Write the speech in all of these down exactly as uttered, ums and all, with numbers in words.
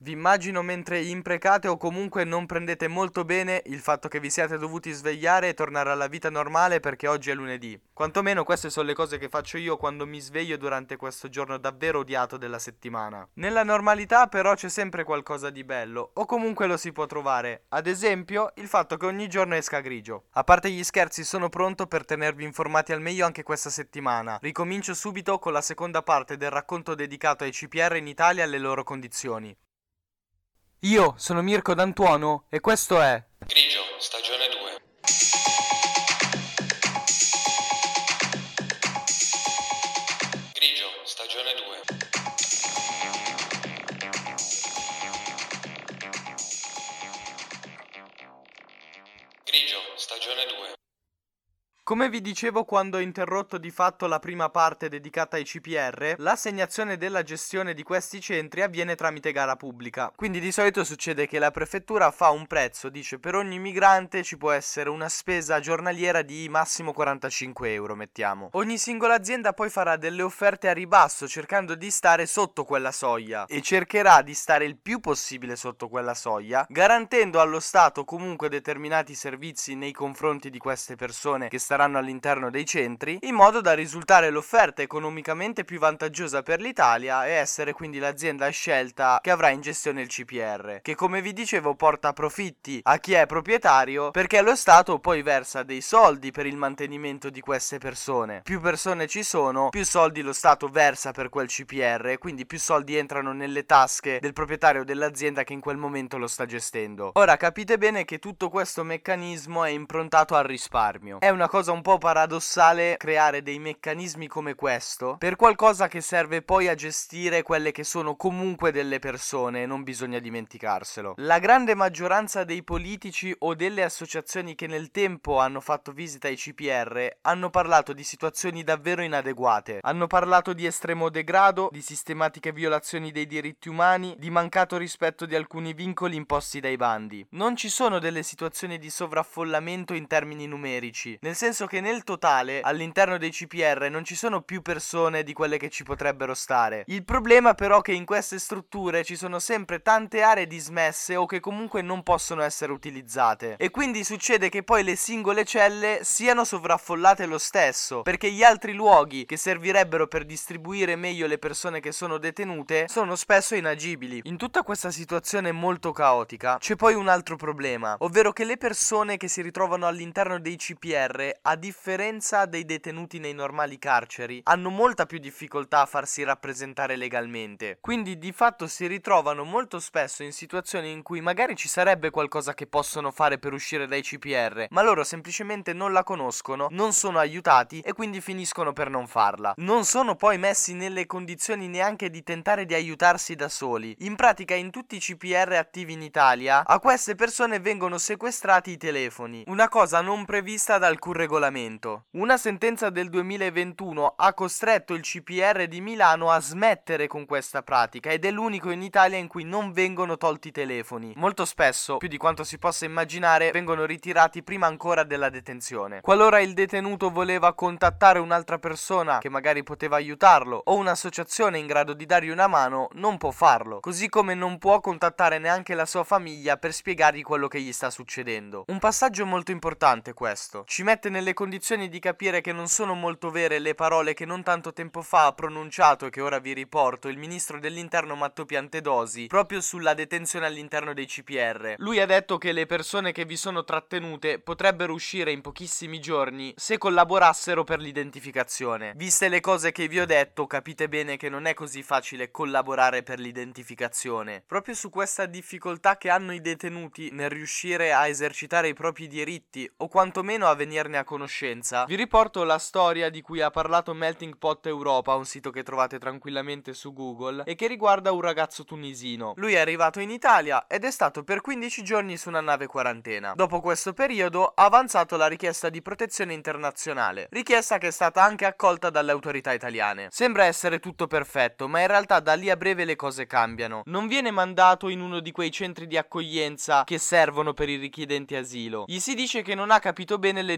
Vi immagino mentre imprecate o comunque non prendete molto bene il fatto che vi siate dovuti svegliare e tornare alla vita normale perché oggi è lunedì. Quantomeno queste sono le cose che faccio io quando mi sveglio durante questo giorno davvero odiato della settimana. Nella normalità però c'è sempre qualcosa di bello, o comunque lo si può trovare. Ad esempio, il fatto che ogni giorno esca grigio. A parte gli scherzi, sono pronto per tenervi informati al meglio anche questa settimana. Ricomincio subito con la seconda parte del racconto dedicato ai C P R in Italia e alle loro condizioni. Io sono Mirko D'Antuono e questo è Grigio, stagione due. Grigio, stagione due. Grigio, stagione due. Come vi dicevo quando ho interrotto di fatto la prima parte dedicata ai C P R, l'assegnazione della gestione di questi centri avviene tramite gara pubblica. Quindi di solito succede che la prefettura fa un prezzo, dice per ogni migrante ci può essere una spesa giornaliera di massimo quarantacinque euro, mettiamo. Ogni singola azienda poi farà delle offerte a ribasso cercando di stare sotto quella soglia e cercherà di stare il più possibile sotto quella soglia, garantendo allo Stato comunque determinati servizi nei confronti di queste persone che saranno all'interno dei centri, in modo da risultare l'offerta economicamente più vantaggiosa per l'Italia e essere quindi l'azienda scelta che avrà in gestione il C P R, che come vi dicevo porta profitti a chi è proprietario perché lo Stato poi versa dei soldi per il mantenimento di queste persone. Più persone ci sono, più soldi lo Stato versa per quel C P R, quindi più soldi entrano nelle tasche del proprietario dell'azienda che in quel momento lo sta gestendo. Ora capite bene che tutto questo meccanismo è improntato al risparmio. È una cosa un po' paradossale creare dei meccanismi come questo per qualcosa che serve poi a gestire quelle che sono comunque delle persone, non bisogna dimenticarselo. La grande maggioranza dei politici o delle associazioni che nel tempo hanno fatto visita ai C P R hanno parlato di situazioni davvero inadeguate, hanno parlato di estremo degrado, di sistematiche violazioni dei diritti umani, di mancato rispetto di alcuni vincoli imposti dai bandi. Non ci sono delle situazioni di sovraffollamento in termini numerici, nel senso che nel totale all'interno dei C P R non ci sono più persone di quelle che ci potrebbero stare. Il problema però è che in queste strutture ci sono sempre tante aree dismesse o che comunque non possono essere utilizzate e quindi succede che poi le singole celle siano sovraffollate lo stesso, perché gli altri luoghi che servirebbero per distribuire meglio le persone che sono detenute sono spesso inagibili. In tutta questa situazione molto caotica c'è poi un altro problema, ovvero che le persone che si ritrovano all'interno dei C P R, a differenza dei detenuti nei normali carceri, hanno molta più difficoltà a farsi rappresentare legalmente. Quindi di fatto si ritrovano molto spesso in situazioni in cui magari ci sarebbe qualcosa che possono fare per uscire dai C P R, ma loro semplicemente non la conoscono, non sono aiutati e quindi finiscono per non farla. Non sono poi messi nelle condizioni neanche di tentare di aiutarsi da soli. In pratica in tutti i C P R attivi in Italia a queste persone vengono sequestrati i telefoni, una cosa non prevista da alcun regolamento. Una sentenza del duemilaventuno ha costretto il C P R di Milano a smettere con questa pratica ed è l'unico in Italia in cui non vengono tolti i telefoni. Molto spesso, più di quanto si possa immaginare, vengono ritirati prima ancora della detenzione. Qualora il detenuto voleva contattare un'altra persona che magari poteva aiutarlo o un'associazione in grado di dargli una mano, non può farlo, così come non può contattare neanche la sua famiglia per spiegargli quello che gli sta succedendo. Un passaggio molto importante questo. Ci mette nelle condizioni di capire che non sono molto vere le parole che non tanto tempo fa ha pronunciato e che ora vi riporto il ministro dell'interno Matteo Piantedosi proprio sulla detenzione all'interno dei C P R. Lui ha detto che le persone che vi sono trattenute potrebbero uscire in pochissimi giorni se collaborassero per l'identificazione. Viste le cose che vi ho detto, capite bene che non è così facile collaborare per l'identificazione. Proprio su questa difficoltà che hanno i detenuti nel riuscire a esercitare i propri diritti o quantomeno a venirne a conoscenza, vi riporto la storia di cui ha parlato Melting Pot Europa, un sito che trovate tranquillamente su Google e che riguarda un ragazzo tunisino. Lui è arrivato in Italia ed è stato per quindici giorni su una nave quarantena. Dopo questo periodo ha avanzato la richiesta di protezione internazionale, richiesta che è stata anche accolta dalle autorità italiane. Sembra essere tutto perfetto, ma in realtà da lì a breve le cose cambiano. Non viene mandato in uno di quei centri di accoglienza che servono per i richiedenti asilo. Gli si dice che non ha capito bene le disposizioni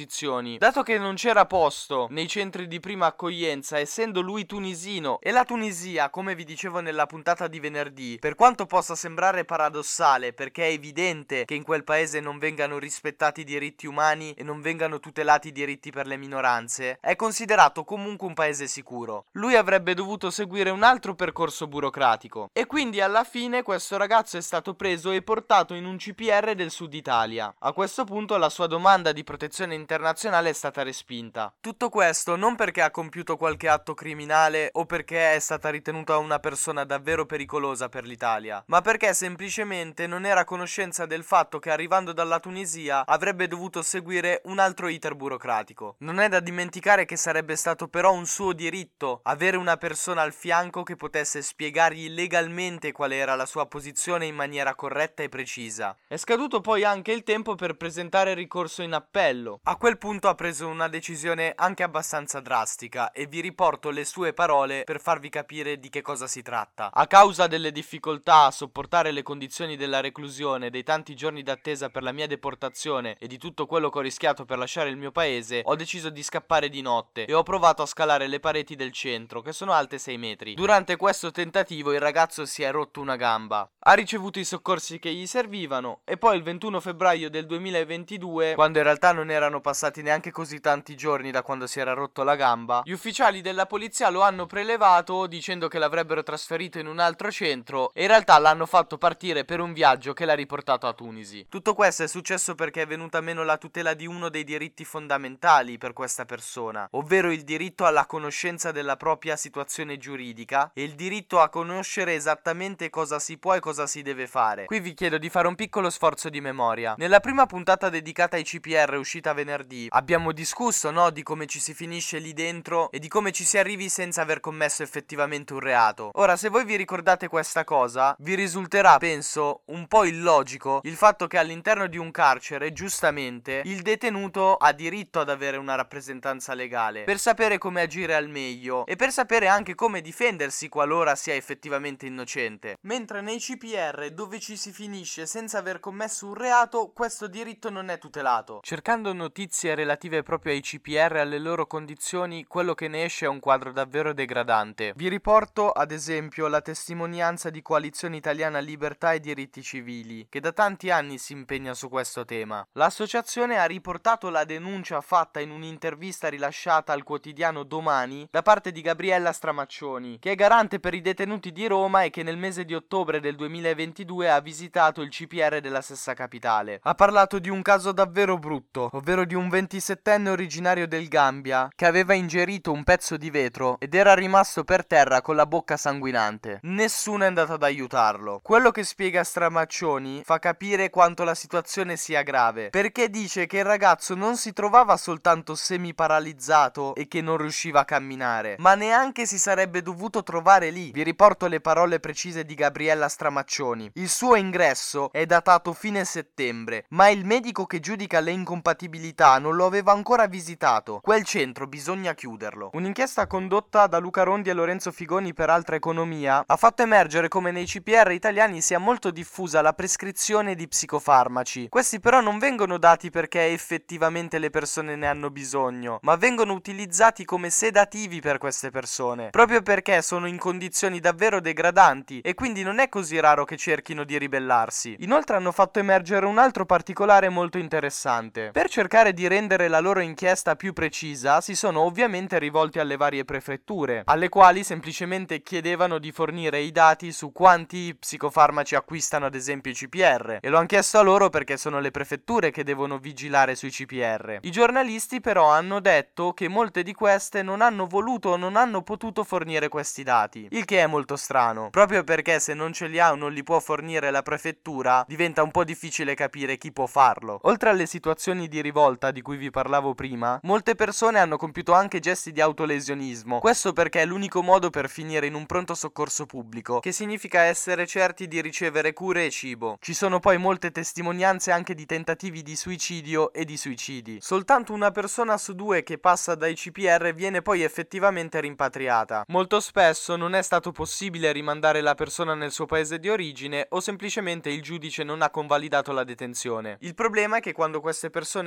posizioni. Dato che non c'era posto nei centri di prima accoglienza, essendo lui tunisino, e la Tunisia, come vi dicevo nella puntata di venerdì, per quanto possa sembrare paradossale, perché è evidente che in quel paese non vengano rispettati i diritti umani e non vengano tutelati i diritti per le minoranze, è considerato comunque un paese sicuro. Lui avrebbe dovuto seguire un altro percorso burocratico e quindi alla fine questo ragazzo è stato preso e portato in un C P R del sud Italia. A questo punto la sua domanda di protezione internazionale è stata respinta. Tutto questo non perché ha compiuto qualche atto criminale o perché è stata ritenuta una persona davvero pericolosa per l'Italia, ma perché semplicemente non era a conoscenza del fatto che arrivando dalla Tunisia avrebbe dovuto seguire un altro iter burocratico. Non è da dimenticare che sarebbe stato però un suo diritto avere una persona al fianco che potesse spiegargli legalmente qual era la sua posizione in maniera corretta e precisa. È scaduto poi anche il tempo per presentare ricorso in appello. A quel punto ha preso una decisione anche abbastanza drastica e vi riporto le sue parole per farvi capire di che cosa si tratta. A causa delle difficoltà a sopportare le condizioni della reclusione, dei tanti giorni d'attesa per la mia deportazione e di tutto quello che ho rischiato per lasciare il mio paese, ho deciso di scappare di notte e ho provato a scalare le pareti del centro, che sono alte sei metri. Durante questo tentativo il ragazzo si è rotto una gamba. Ha ricevuto i soccorsi che gli servivano e poi il ventuno febbraio del duemilaventidue, quando in realtà non erano passati neanche così tanti giorni da quando si era rotto la gamba, gli ufficiali della polizia lo hanno prelevato dicendo che l'avrebbero trasferito in un altro centro e in realtà l'hanno fatto partire per un viaggio che l'ha riportato a Tunisi. Tutto questo è successo perché è venuta meno la tutela di uno dei diritti fondamentali per questa persona, ovvero il diritto alla conoscenza della propria situazione giuridica e il diritto a conoscere esattamente cosa si può e cosa si deve fare. Qui vi chiedo di fare un piccolo sforzo di memoria. Nella prima puntata dedicata ai C P R uscita venerdì abbiamo discusso, no, di come ci si finisce lì dentro e di come ci si arrivi senza aver commesso effettivamente un reato. Ora, se voi vi ricordate questa cosa, vi risulterà, penso, un po' illogico il fatto che all'interno di un carcere, giustamente, il detenuto ha diritto ad avere una rappresentanza legale per sapere come agire al meglio e per sapere anche come difendersi qualora sia effettivamente innocente. Mentre nei C P R, dove ci si finisce senza aver commesso un reato, questo diritto non è tutelato. Cercando notizie relative proprio ai C P R e alle loro condizioni, quello che ne esce è un quadro davvero degradante. Vi riporto ad esempio la testimonianza di Coalizione Italiana Libertà e Diritti Civili, che da tanti anni si impegna su questo tema. L'associazione ha riportato la denuncia fatta in un'intervista rilasciata al quotidiano Domani da parte di Gabriella Stramaccioni, che è garante per i detenuti di Roma e che nel mese di ottobre del duemilaventidue ha visitato il C P R della stessa capitale. Ha parlato di un caso davvero brutto, ovvero di un ventisettenne originario del Gambia che aveva ingerito un pezzo di vetro ed era rimasto per terra con la bocca sanguinante. Nessuno è andato ad aiutarlo. Quello che spiega Stramaccioni fa capire quanto la situazione sia grave, perché dice che il ragazzo non si trovava soltanto semi-paralizzato e che non riusciva a camminare, ma neanche si sarebbe dovuto trovare lì. Vi riporto le parole precise di Gabriella Stramaccioni. Il suo ingresso è datato fine settembre, ma il medico che giudica le incompatibilità non lo aveva ancora visitato. Quel centro bisogna chiuderlo. Un'inchiesta condotta da Luca Rondi e Lorenzo Figoni per Altra Economia ha fatto emergere come nei C P R italiani sia molto diffusa la prescrizione di psicofarmaci. Questi però non vengono dati perché effettivamente le persone ne hanno bisogno, ma vengono utilizzati come sedativi per queste persone, proprio perché sono in condizioni davvero degradanti e quindi non è così raro che cerchino di ribellarsi. Inoltre hanno fatto emergere un altro particolare molto interessante. Per cercare di rendere la loro inchiesta più precisa, si sono ovviamente rivolti alle varie prefetture, alle quali semplicemente chiedevano di fornire i dati su quanti psicofarmaci acquistano ad esempio i C P R, e lo hanno chiesto a loro perché sono le prefetture che devono vigilare sui C P R. I giornalisti però hanno detto che molte di queste non hanno voluto o non hanno potuto fornire questi dati, il che è molto strano, proprio perché se non ce li ha o non li può fornire la prefettura, diventa un po' difficile capire chi può farlo. Oltre alle situazioni di rivolta di cui vi parlavo prima, molte persone hanno compiuto anche gesti di autolesionismo, questo perché è l'unico modo per finire in un pronto soccorso pubblico, che significa essere certi di ricevere cure e cibo. Ci sono poi molte testimonianze anche di tentativi di suicidio e di suicidi. Soltanto una persona su due che passa dai C P R viene poi effettivamente rimpatriata. Molto spesso non è stato possibile rimandare la persona nel suo paese di origine o semplicemente il giudice non ha convalidato la detenzione. Il problema è che quando queste persone escono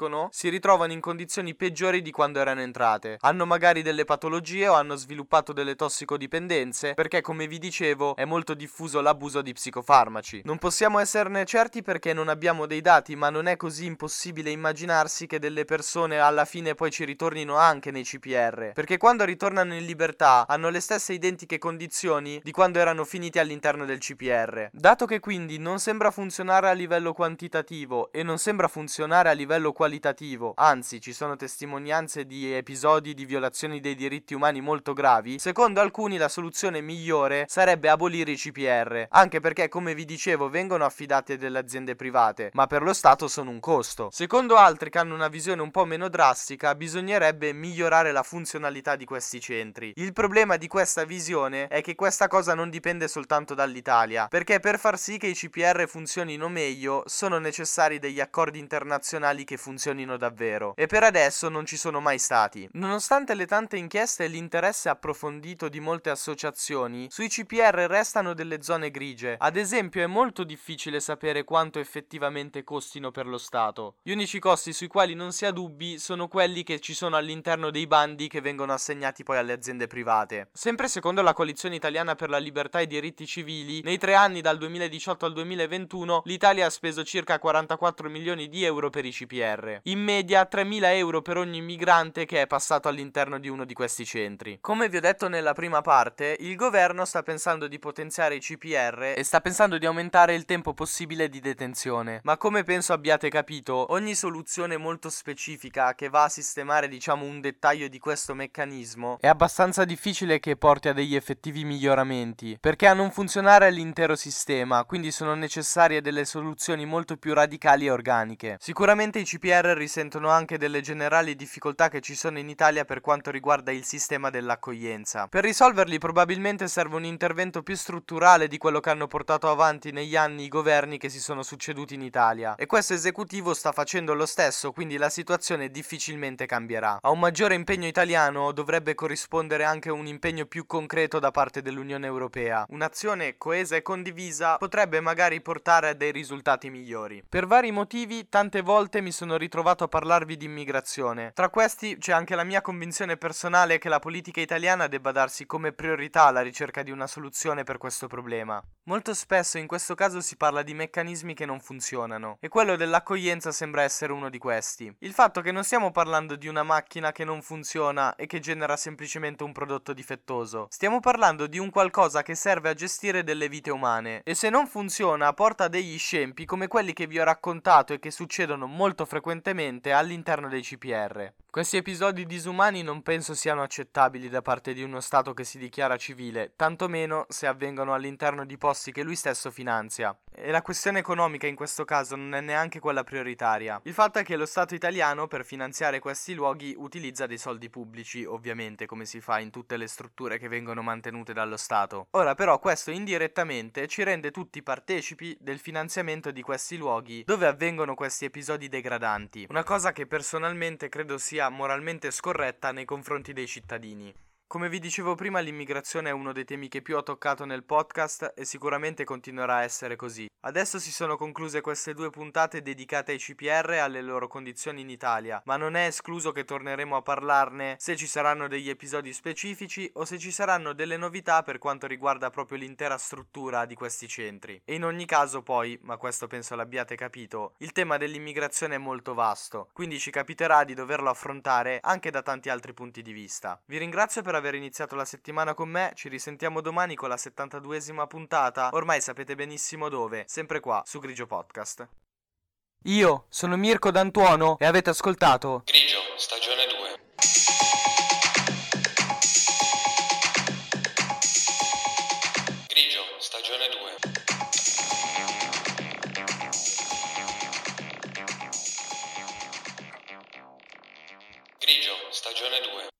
escono si ritrovano in condizioni peggiori di quando erano entrate. Hanno magari delle patologie o hanno sviluppato delle tossicodipendenze, perché come vi dicevo è molto diffuso l'abuso di psicofarmaci. Non possiamo esserne certi perché non abbiamo dei dati, ma non è così impossibile immaginarsi che delle persone alla fine poi ci ritornino anche nei C P R, perché quando ritornano in libertà hanno le stesse identiche condizioni di quando erano finiti all'interno del C P R. Dato che quindi non sembra funzionare a livello quantitativo e non sembra funzionare a livello qualitativo, anzi ci sono testimonianze di episodi di violazioni dei diritti umani molto gravi, secondo alcuni la soluzione migliore sarebbe abolire i C P R, anche perché come vi dicevo vengono affidati a delle aziende private, ma per lo Stato sono un costo. Secondo altri che hanno una visione un po' meno drastica, bisognerebbe migliorare la funzionalità di questi centri. Il problema di questa visione è che questa cosa non dipende soltanto dall'Italia, perché per far sì che i C P R funzionino meglio sono necessari degli accordi internazionali che funzionino davvero, e per adesso non ci sono mai stati. Nonostante le tante inchieste e l'interesse approfondito di molte associazioni, sui C P R restano delle zone grigie. Ad esempio è molto difficile sapere quanto effettivamente costino per lo Stato. Gli unici costi sui quali non si ha dubbi sono quelli che ci sono all'interno dei bandi che vengono assegnati poi alle aziende private. Sempre secondo la Coalizione Italiana per la Libertà e i Diritti Civili, nei tre anni dal duemiladiciotto al duemilaventuno l'Italia ha speso circa quarantaquattro milioni di euro per i C P R. In media tremila euro per ogni migrante che è passato all'interno di uno di questi centri. Come vi ho detto nella prima parte, il governo sta pensando di potenziare i C P R e sta pensando di aumentare il tempo possibile di detenzione. Ma come penso abbiate capito, ogni soluzione molto specifica che va a sistemare diciamo un dettaglio di questo meccanismo è abbastanza difficile che porti a degli effettivi miglioramenti, perché a non funzionare l'intero sistema, quindi sono necessarie delle soluzioni molto più radicali e organiche. Sicuramente i C P R risentono anche delle generali difficoltà che ci sono in Italia per quanto riguarda il sistema dell'accoglienza. Per risolverli probabilmente serve un intervento più strutturale di quello che hanno portato avanti negli anni i governi che si sono succeduti in Italia, e questo esecutivo sta facendo lo stesso, quindi la situazione difficilmente cambierà. A un maggiore impegno italiano dovrebbe corrispondere anche un impegno più concreto da parte dell'Unione Europea. Un'azione coesa e condivisa potrebbe magari portare a dei risultati migliori. Per vari motivi tante volte mi sono ritrovato a parlarvi di immigrazione. Tra questi c'è anche la mia convinzione personale che la politica italiana debba darsi come priorità alla ricerca di una soluzione per questo problema. Molto spesso in questo caso si parla di meccanismi che non funzionano, e quello dell'accoglienza sembra essere uno di questi. Il fatto che non stiamo parlando di una macchina che non funziona e che genera semplicemente un prodotto difettoso. Stiamo parlando di un qualcosa che serve a gestire delle vite umane, e se non funziona porta a degli scempi come quelli che vi ho raccontato e che succedono molto frequentemente all'interno dei C P R. Questi episodi disumani non penso siano accettabili da parte di uno Stato che si dichiara civile, tantomeno se avvengono all'interno di posti che lui stesso finanzia. E la questione economica in questo caso non è neanche quella prioritaria. Il fatto è che lo Stato italiano per finanziare questi luoghi utilizza dei soldi pubblici, ovviamente, come si fa in tutte le strutture che vengono mantenute dallo Stato. Ora però questo indirettamente ci rende tutti partecipi del finanziamento di questi luoghi dove avvengono questi episodi degradanti, una cosa che personalmente credo sia moralmente scorretta nei confronti dei cittadini. Come vi dicevo prima, l'immigrazione è uno dei temi che più ho toccato nel podcast e sicuramente continuerà a essere così. Adesso si sono concluse queste due puntate dedicate ai C P R e alle loro condizioni in Italia, ma non è escluso che torneremo a parlarne se ci saranno degli episodi specifici o se ci saranno delle novità per quanto riguarda proprio l'intera struttura di questi centri. E in ogni caso poi, ma questo penso l'abbiate capito, il tema dell'immigrazione è molto vasto, quindi ci capiterà di doverlo affrontare anche da tanti altri punti di vista. Vi ringrazio per aver iniziato la settimana con me, ci risentiamo domani con la settantaduesima puntata, ormai sapete benissimo dove, sempre qua su Grigio Podcast. Io sono Mirko D'Antuono e avete ascoltato Grigio, stagione due. Grigio, stagione due. Grigio, stagione due.